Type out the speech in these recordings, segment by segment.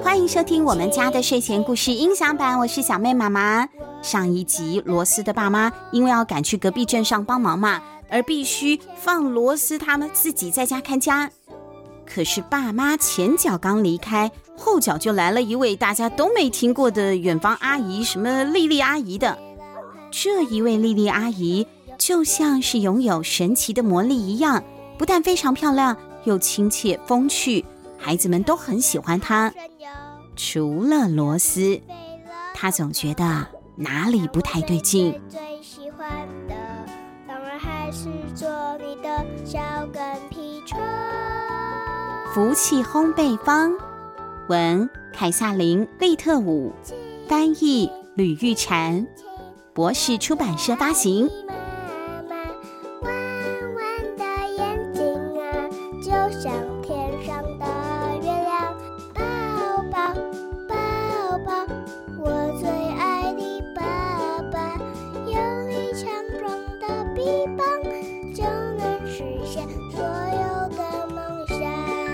欢迎收听我们家的睡前故事音享版，我是小妹妈妈。上一集罗斯的爸妈因为要赶去隔壁镇上帮忙嘛，而必须放罗斯他们自己在家看家。可是爸妈前脚刚离开，后脚就来了一位大家都没听过的远方阿姨，什么莉莉阿姨的。这一位莉莉阿姨就像是拥有神奇的魔力一样，不但非常漂亮，又亲切风趣，孩子们都很喜欢她。除了罗斯，他总觉得哪里不太对劲。 最喜欢的当然还是做你的小跟屁虫。 福气烘焙坊，文凯撒琳·利特伍，翻译吕玉婵，博士出版社发行。 弯弯的眼睛啊，就像天上的月亮。抱抱抱抱，我最爱的爸爸，有力强壮的臂膀，就能实现所有的梦想。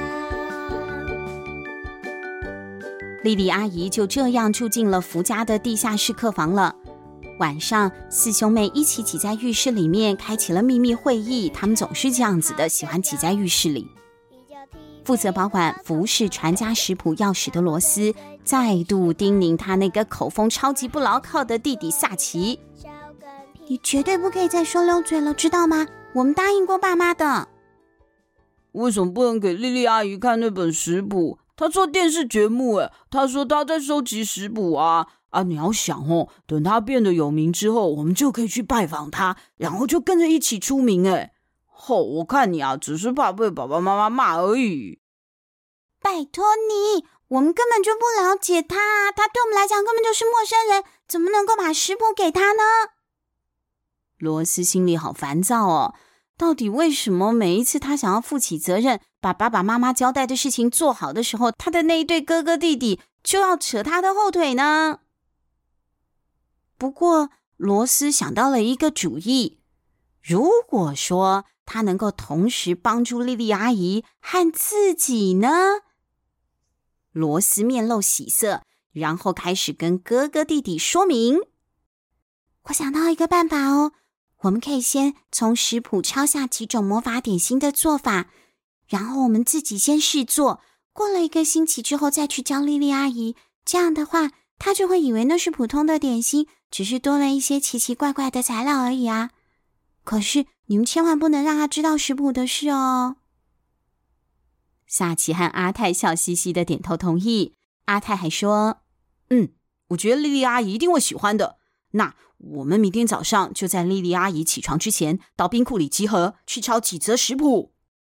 莉莉阿姨就这样住进了福家的地下室客房了。晚上，四兄妹一起挤在浴室里面，开启了秘密会议。他们总是这样子的，喜欢挤在浴室里。负责保管服饰传家食谱钥匙的罗斯，再度叮咛他那个口风超级不牢靠的弟弟萨奇：你绝对不可以再说溜嘴了，知道吗？我们答应过爸妈的。 为什么不能给莉莉阿姨看那本食谱？她做电视节目她说她在收集食谱啊，你要想等她变得有名之后，我们就可以去拜访她，然后就跟着一起出名我看你只是怕被爸爸妈妈骂而已。 拜托你，我们根本就不了解他，他对我们来讲根本就是陌生人，怎么能够把食谱给他呢？罗斯心里好烦躁哦，到底为什么每一次他想要负起责任，把爸爸妈妈交代的事情做好的时候，他的那一对哥哥弟弟就要扯他的后腿呢？不过罗斯想到了一个主意，如果说他能够同时帮助莉莉阿姨和自己呢？罗斯面露喜色，然后开始跟哥哥弟弟说明。我想到一个办法哦，我们可以先从食谱抄下几种魔法点心的做法，然后我们自己先试做，过了1个星期之后再去教莉莉阿姨。这样的话，她就会以为那是普通的点心，只是多了一些奇奇怪怪的材料而已啊。可是你们千万不能让她知道食谱的事哦。萨奇和阿泰笑嘻嘻的点头同意。阿泰还说， 我觉得莉莉阿姨一定会喜欢的。那我们明天早上就在莉莉阿姨起床之前到冰库里集合，去抄几则食谱。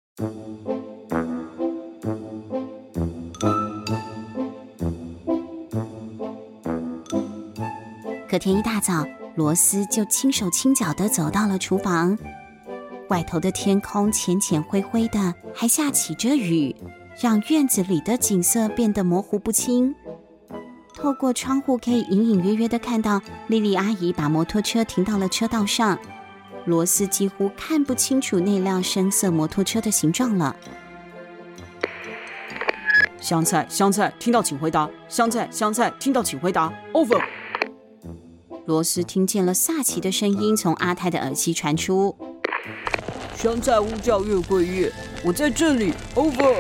隔天一大早，罗斯就轻手轻脚地走到了厨房。外头的天空浅浅灰灰的，还下起着雨，让院子里的景色变得模糊不清。透过窗户可以隐隐约约地看到莉莉阿姨把摩托车停到了车道上，罗斯几乎看不清楚那辆深色摩托车的形状了。 香菜，香菜，听到请回答。香菜，香菜，听到请回答。Over。 罗斯听见了萨奇的声音从阿泰的耳机传出。 香菜呼叫月桂叶，我在这里。Over。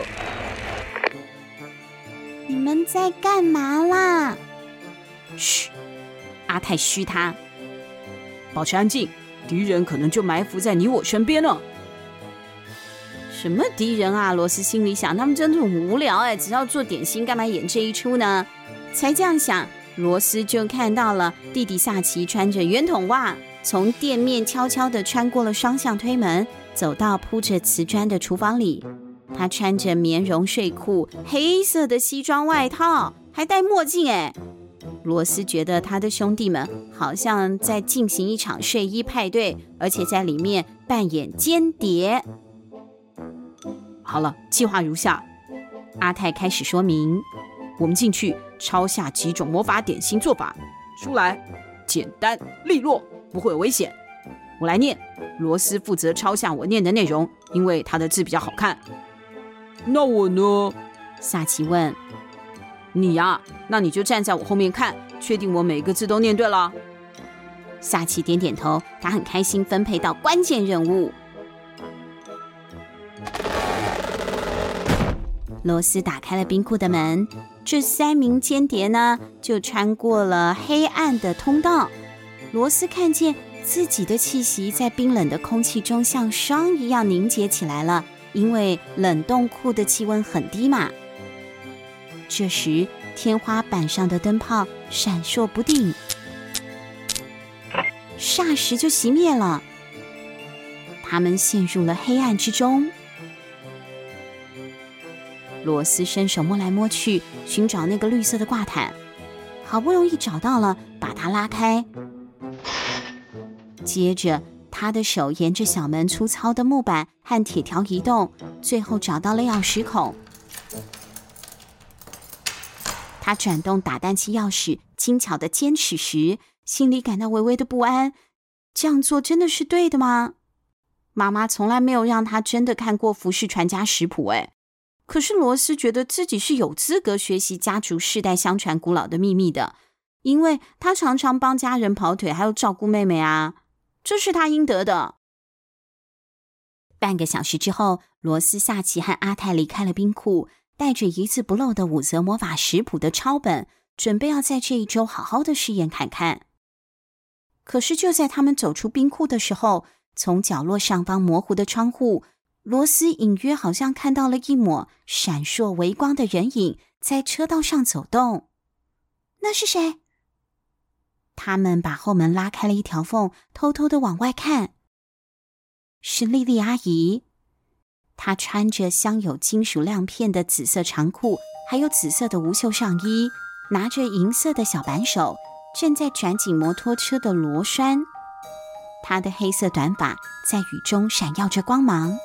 你们在干嘛啦？嘘，阿泰嘘他。 保持安静，敌人可能就埋伏在你我身边了。 什么敌人啊？罗斯心里想，他们真的很无聊只要做点心，干嘛演这一出呢？才这样想，罗斯就看到了弟弟萨奇穿着圆筒袜，从店面悄悄地穿过了双向推门，走到铺着瓷砖的厨房里。他穿着棉绒睡裤，黑色的西装外套，还戴墨镜罗斯觉得他的兄弟们好像在进行一场睡衣派对，而且在里面扮演间谍。 好了，计划如下。 阿泰开始说明， 我们进去抄下几种魔法点心做法出来，简单利落，不会有危险。我来念，罗斯负责抄下我念的内容，因为他的字比较好看。那我呢？ 萨奇问。 你呀，那你就站在我后面看，确定我每个字都念对了。 萨奇点点头，他很开心分配到关键任务。罗斯打开了冰库的门，这3名间谍呢，就穿过了黑暗的通道。罗斯看见自己的气息在冰冷的空气中像霜一样凝结起来了，因为冷冻库的气温很低嘛。这时，天花板上的灯泡闪烁不定，霎时就熄灭了。他们陷入了黑暗之中。罗斯伸手摸来摸去，寻找那个绿色的挂毯，好不容易找到了，把它拉开。接着，他的手沿着小门粗糙的木板和铁条移动，最后找到了钥匙孔。他转动打蛋器钥匙，轻巧地坚持时，心里感到微微的不安。这样做真的是对的吗？妈妈从来没有让他真的看过服饰传家食谱，可是罗斯觉得自己是有资格学习家族世代相传古老的秘密的，因为他常常帮家人跑腿，还有照顾妹妹啊，这是他应得的。半个小时之后，罗斯、萨奇和阿泰离开了冰库，带着一字不漏的5则魔法食谱的抄本，准备要在这一周好好的试验看看。可是就在他们走出冰库的时候，从角落上方模糊的窗户，罗斯隐约好像看到了一抹闪烁微光的人影在车道上走动。那是谁？他们把后门拉开了一条缝，偷偷的往外看。是莉莉阿姨。她穿着镶有金属亮片的紫色长裤，还有紫色的无袖上衣，拿着银色的小扳手，正在转紧摩托车的螺栓。她的黑色短发在雨中闪耀着光芒。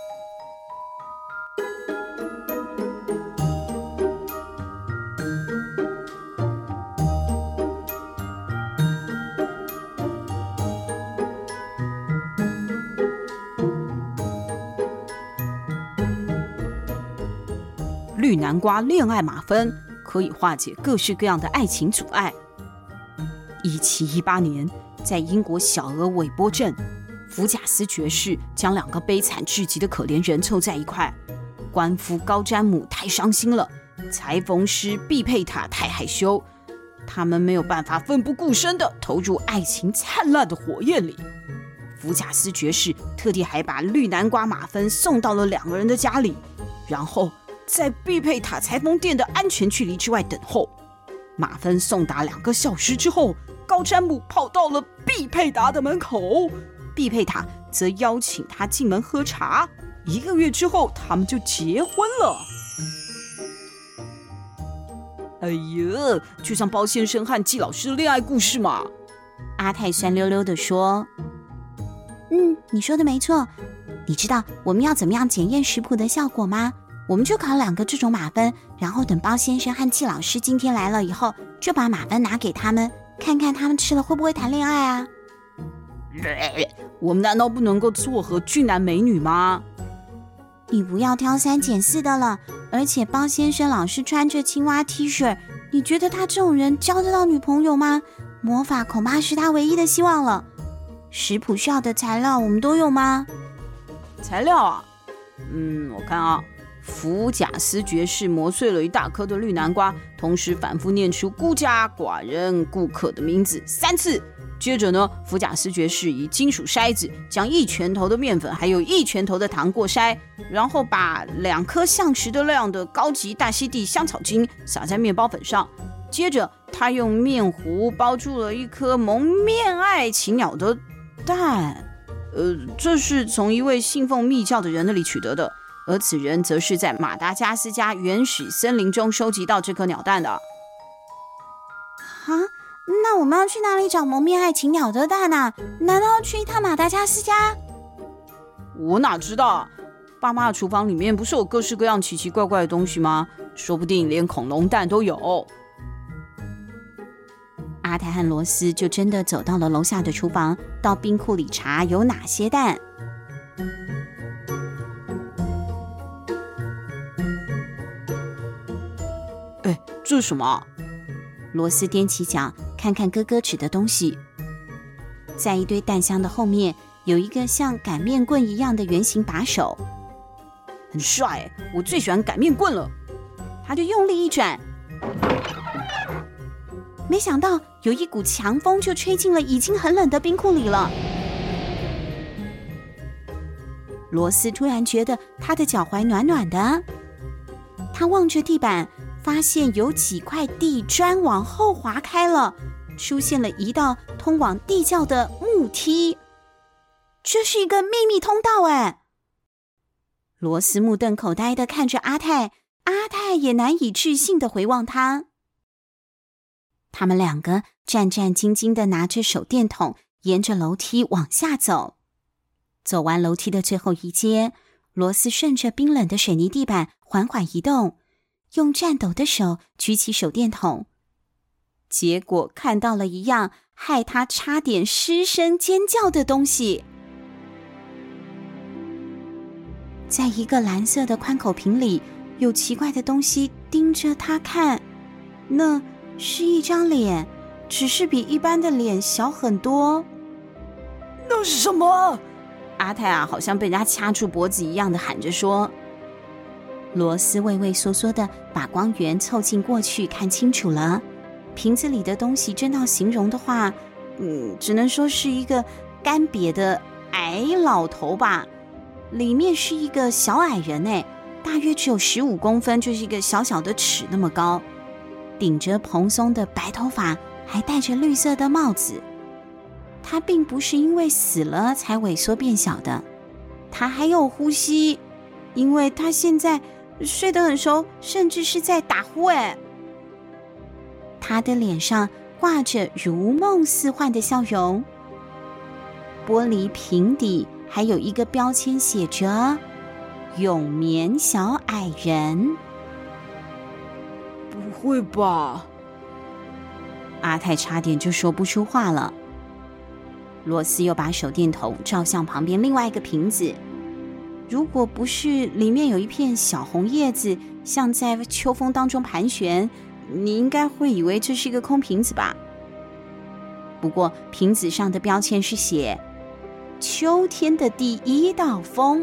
绿南瓜恋爱吗酚可以化解各式各样的爱情阻碍。1718年，在英国小俄韦波镇，福贾斯爵士将2个悲惨至极的可怜人凑在一块。官夫高詹姆太伤心了，裁缝师毕佩塔太害羞，他们没有办法奋不顾身地投入爱情灿烂的火焰里。福贾斯爵士特地还把绿南瓜吗酚送到了2个人的家里，然后在毕佩塔裁缝店的安全距离之外等候。吗酚送达2个小时之后，高詹姆跑到了毕佩达的门口，毕佩塔则邀请他进门喝茶。1个月之后，他们就结婚了。哎呀，就像包先生和季老师的恋爱故事嘛。 阿泰酸溜溜地说：你说的没错。你知道我们要怎么样检验食谱的效果吗？我们就烤2个这种吗酚，然后等包先生和季老师今天来了以后，就把吗酚拿给他们，看看他们吃了会不会谈恋爱啊。 我们难道不能够撮合俊男美女吗？ 你不要挑3拣4的了，而且包先生老是穿着青蛙 T 恤，你觉得他这种人交得到女朋友吗？魔法恐怕是他唯一的希望了。食谱需要的材料我们都有吗？ 材料啊，我看啊，福贾斯爵士磨碎了1大颗的绿南瓜，同时反复念出孤家寡人顾客的名字3次。接着呢，福贾斯爵士以金属筛子将1拳头的面粉还有1拳头的糖过筛，然后把2颗像石头量的高级大溪地香草精撒在面包粉上。接着他用面糊包住了1颗蒙面爱情鸟的蛋，这是从一位信奉密教的人那里取得的，而此人则是在马达加斯加原始森林中收集到这颗鸟蛋的。 那我们要去哪里找蒙面爱情鸟的蛋啊？难道要去一趟马达加斯加？ 我哪知道啊，爸妈的厨房里面不是有各式各样奇奇怪怪的东西吗？说不定连恐龙蛋都有。 阿泰和罗斯就真的走到了楼下的厨房，到冰库里查有哪些蛋。 这是什么啊？ 罗斯踮起脚看看哥哥指的东西，在一堆弹箱的后面有一个像擀面棍一样的圆形把手， 很帅，我最喜欢擀面棍了。 他就用力一转，没想到有一股强风就吹进了已经很冷的冰库里了。罗斯突然觉得他的脚踝暖暖的，他望着地板，发现有几块地砖往后滑开了，出现了一道通往地窖的木梯。这是一个秘密通道哎！罗斯目瞪口呆地看着阿泰，阿泰也难以置信地回望他。他们两个战战兢兢地拿着手电筒，沿着楼梯往下走。走完楼梯的最后一阶，罗斯顺着冰冷的水泥地板缓缓移动，用颤抖的手举起手电筒，结果看到了一样害他差点失声尖叫的东西。在一个蓝色的宽口瓶里，有奇怪的东西盯着他看，那是一张脸，只是比一般的脸小很多。 那是什么？ 阿泰好像被人家掐住脖子一样的喊着说。罗斯畏畏缩缩的把光源凑近过去看清楚了，瓶子里的东西真要形容的话，只能说是一个干瘪的矮老头吧。里面是一个小矮人哎，大约只有15公分，就是一个小小的尺那么高，顶着蓬松的白头发，还戴着绿色的帽子。他并不是因为死了才萎缩变小的，他还有呼吸，因为他现在睡得很熟，甚至是在打呼哎。他的脸上挂着如梦似幻的笑容，玻璃瓶底还有一个标签写着永眠小矮人。 不会吧？ 阿泰差点就说不出话了。罗斯又把手电筒照向旁边另外一个瓶子，如果不是里面有一片小红叶子像在秋风当中盘旋，你应该会以为这是一个空瓶子吧。不过瓶子上的标签是写秋天的第一道风。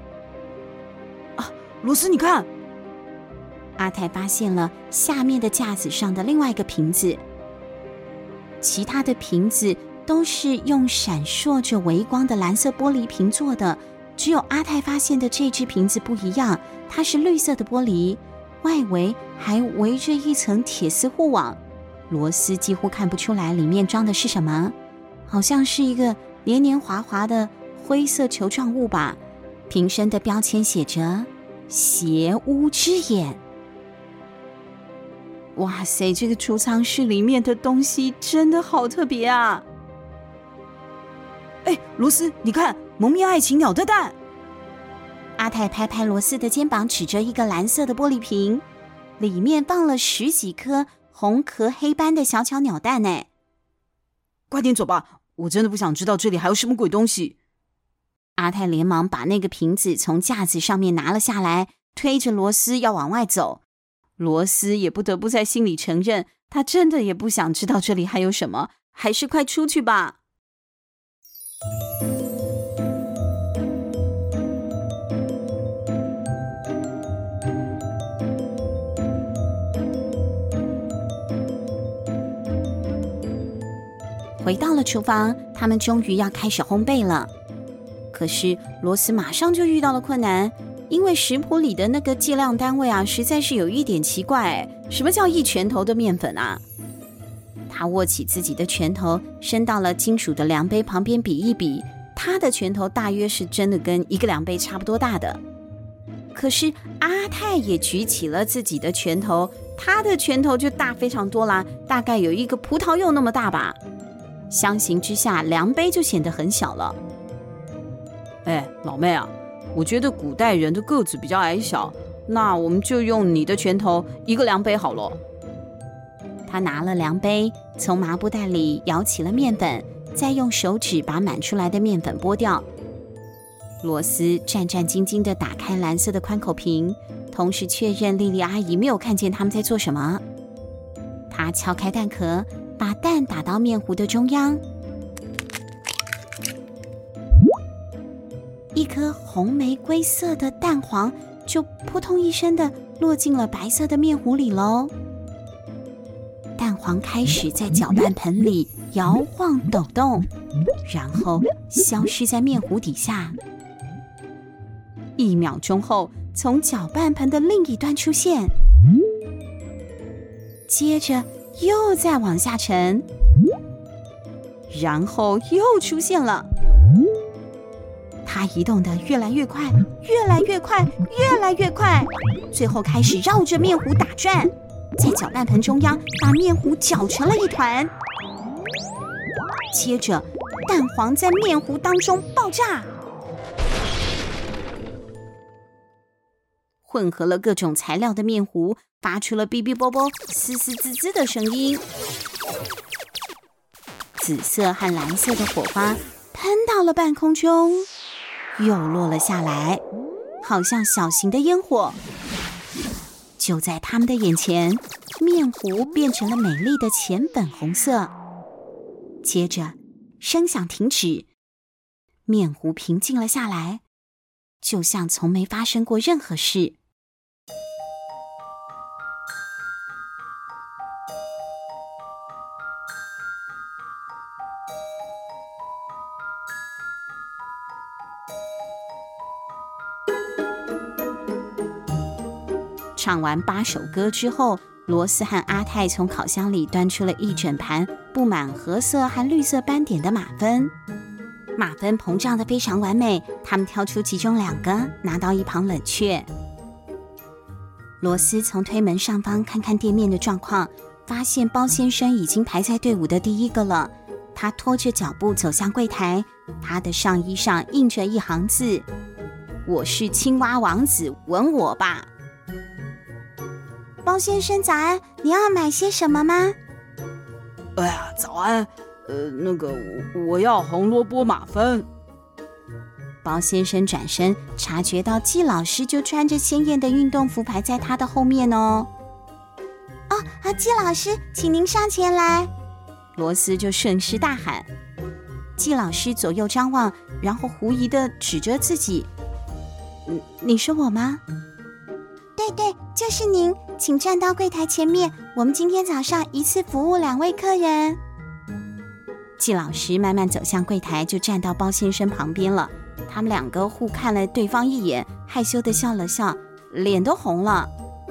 罗斯你看， 阿泰发现了下面的架子上的另外一个瓶子，其他的瓶子都是用闪烁着微光的蓝色玻璃瓶做的，只有阿泰发现的这只瓶子不一样，它是绿色的玻璃，外围还围着一层铁丝护网，罗斯几乎看不出来里面装的是什么，好像是一个黏黏滑滑的灰色球状物吧。瓶身的标签写着邪巫之眼。哇塞，这个储藏室里面的东西真的好特别啊！ 罗斯你看，蒙面爱情鸟的蛋。 阿泰拍拍罗斯的肩膀，指着一个蓝色的玻璃瓶，里面放了10几颗红壳黑斑的小巧鸟蛋呢。 快点走吧，我真的不想知道这里还有什么鬼东西。 阿泰连忙把那个瓶子从架子上面拿了下来，推着罗斯要往外走。罗斯也不得不在心里承认，他真的也不想知道这里还有什么，还是快出去吧。回到了厨房，他们终于要开始烘焙了。可是罗斯马上就遇到了困难，因为食谱里的那个计量单位实在是有一点奇怪。什么叫1拳头的面粉啊？他握起自己的拳头，伸到了金属的量杯旁边比一比，他的拳头大约是真的跟一个量杯差不多大的。可是阿泰也举起了自己的拳头，他的拳头就大非常多啦，大概有一个葡萄柚那么大吧。相形之下，量杯就显得很小了。 老妹啊，我觉得古代人的个子比较矮小，那我们就用你的拳头一个量杯好了。 他拿了量杯，从麻布袋里舀起了面粉，再用手指把满出来的面粉拨掉。罗斯战战兢兢地打开蓝色的宽口瓶，同时确认莉莉阿姨没有看见他们在做什么。 他敲开蛋壳，把蛋打到面糊的中央，一颗红玫瑰色的蛋黄就扑通一声的落进了白色的面糊里喽。蛋黄开始在搅拌盆里摇晃抖动，然后消失在面糊底下。1秒钟后，从搅拌盆的另一端出现，接着又再往下沉，然后又出现了。它移动得越来越快，越来越快，越来越快，最后开始绕着面糊打转，在搅拌盆中央把面糊搅成了一团。接着，蛋黄在面糊当中爆炸，混合了各种材料的面糊发出了哔哔啵啵、嘶嘶滋滋的声音。紫色和蓝色的火花喷到了半空中，又落了下来，好像小型的烟火。就在他们的眼前，面糊变成了美丽的浅粉红色。接着，声响停止，面糊平静了下来，就像从没发生过任何事。唱完8首歌之后，罗斯和阿泰从烤箱里端出了一整盘布满褐色和绿色斑点的马芬。马芬膨胀得非常完美，他们挑出其中2个拿到一旁冷却。罗斯从推门上方看看店面的状况，发现包先生已经排在队伍的第1个了。他拖着脚步走向柜台，他的上衣上印着一行字：我是青蛙王子，吻我吧。包先生早安，你要买些什么吗？ 哎呀，早安，我要红萝卜马芬。 包先生转身，察觉到季老师就穿着鲜艳的运动服排在他的后面哦。季老师，请您上前来。罗斯就顺势大喊。季老师左右张望，然后狐疑地指着自己：你说我吗？对，就是您，请站到柜台前面，我们今天早上一次服务2位客人。季老师慢慢走向柜台，就站到包先生旁边了。他们2个互看了对方一眼，害羞地笑了笑，脸都红了。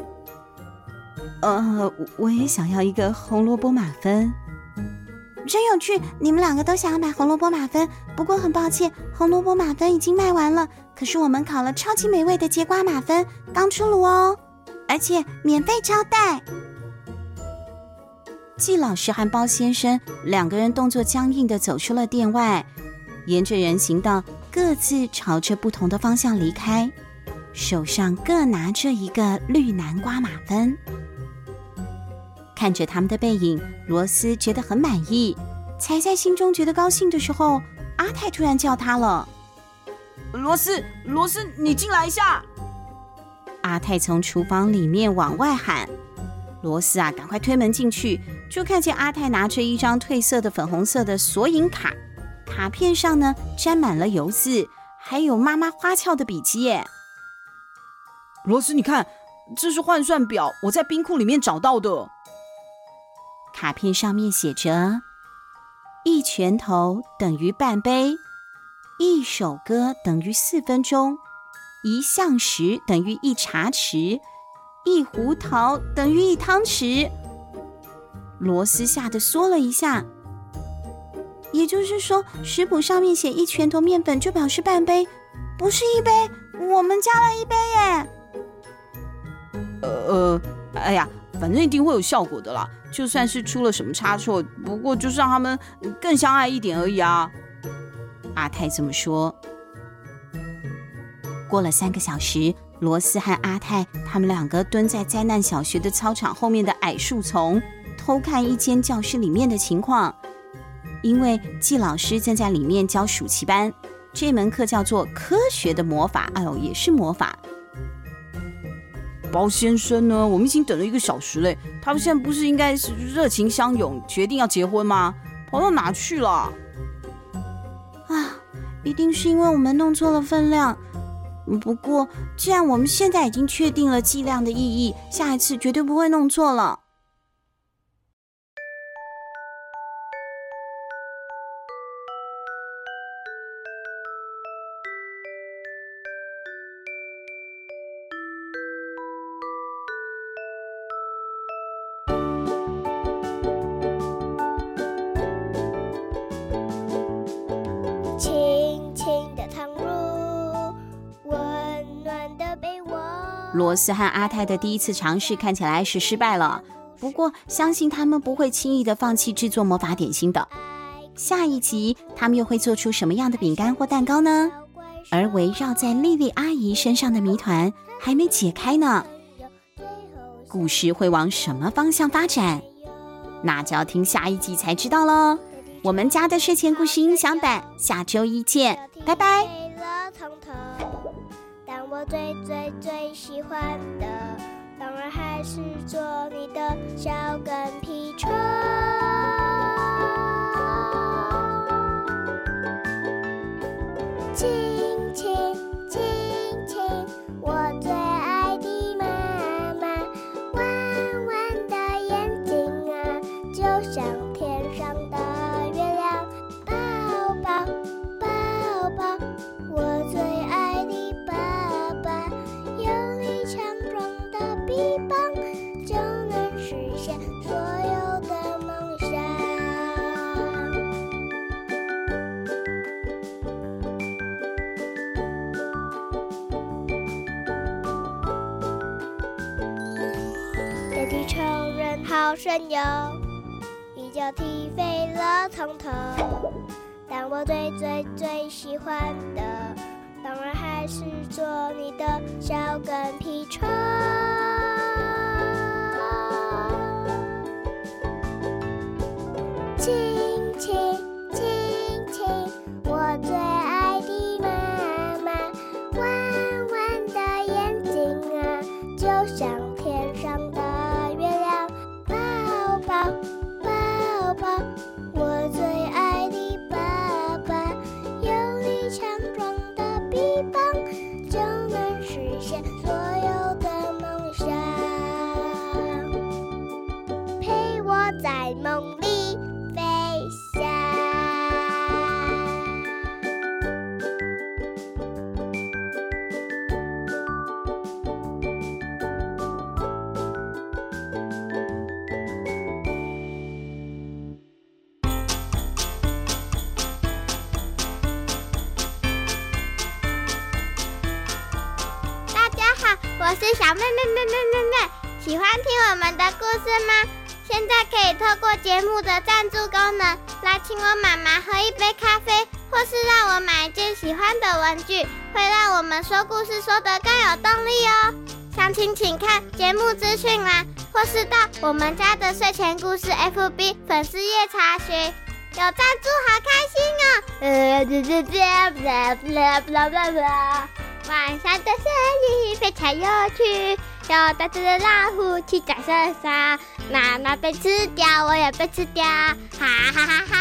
我也想要一个红萝卜马芬。真有趣，你们2个都想要买红萝卜马芬，不过很抱歉，红萝卜马芬已经卖完了。可是我们烤了超级美味的节瓜马芬，刚出炉哦，而且免费招待。季老师和包先生2个人动作僵硬地走出了店外，沿着人行道各自朝着不同的方向离开，手上各拿着一个绿南瓜马芬。看着他们的背影，罗斯觉得很满意。才在心中觉得高兴的时候，阿泰突然叫他了： 罗斯，你进来一下。 阿泰从厨房里面往外喊。罗斯赶快推门进去，就看见阿泰拿着一张褪色的粉红色的索引卡，卡片上呢沾满了油渍，还有妈妈花俏的笔记耶。 罗斯，你看，这是换算表，我在冰库里面找到的。 卡片上面写着：1拳头等于半杯，1首歌等于4分钟，1项匙等于1茶匙，1胡桃等于1汤匙。罗斯吓得缩了一下。也就是说，食谱上面写1拳头面粉就表示半杯，不是1杯，我们加了1杯耶。 哎呀，反正一定会有效果的啦，就算是出了什么差错，不过就是让他们更相爱一点而已啊。 阿泰这么说。过了3个小时，罗斯和阿泰他们2个蹲在灾难小学的操场后面的矮树丛，偷看一间教室里面的情况。因为季老师正在里面教暑期班，这门课叫做科学的魔法，也是魔法。 包先生呢？我们已经等了1个小时嘞，他们现在不是应该是热情相拥，决定要结婚吗？跑到哪去了？ 一定是因为我们弄错了分量。不过，既然我们现在已经确定了剂量的意义，下一次绝对不会弄错了。 轻轻的躺入温暖的被窝。 罗斯和阿泰的第一次尝试看起来是失败了，不过相信他们不会轻易的放弃制作魔法点心的。下一集他们又会做出什么样的饼干或蛋糕呢？而围绕在莉莉阿姨身上的谜团还没解开呢，故事会往什么方向发展？那就要听下一集才知道咯。我们家的睡前故事音响版下周一见，拜拜。 但我最最最喜欢的，当然还是做你的小跟屁虫。亲亲亲亲，我最爱的妈妈，弯弯的眼睛啊，就像天上的月亮。抱抱抱抱，我最爱的爸爸，有力强壮的臂膀，就能实现所有的梦想。这地球人好神勇，一脚踢飞了从头。但我最最最喜欢的，当然还是做你的小跟屁虫。亲亲亲亲，我最爱的妈妈，弯弯的眼睛啊，就像天上的月亮。抱抱抱抱，我最爱的爸爸，有力强壮的臂膀，就能实现所有的梦想。陪我在梦里飞翔。大家好，我是小妹妹，喜欢听我们的故事吗？现在可以透过节目的赞助功能来请我妈妈喝一杯咖啡，或是让我买一件喜欢的文具，会让我们说故事说得更有动力哦。详情请看节目资讯栏，或是到我们家的睡前故事 FB 粉丝页查询。有赞助好开心哦！晚上的森林非常有趣，有大只的老虎骑在身上，妈妈被吃掉，我也被吃掉，哈哈哈哈。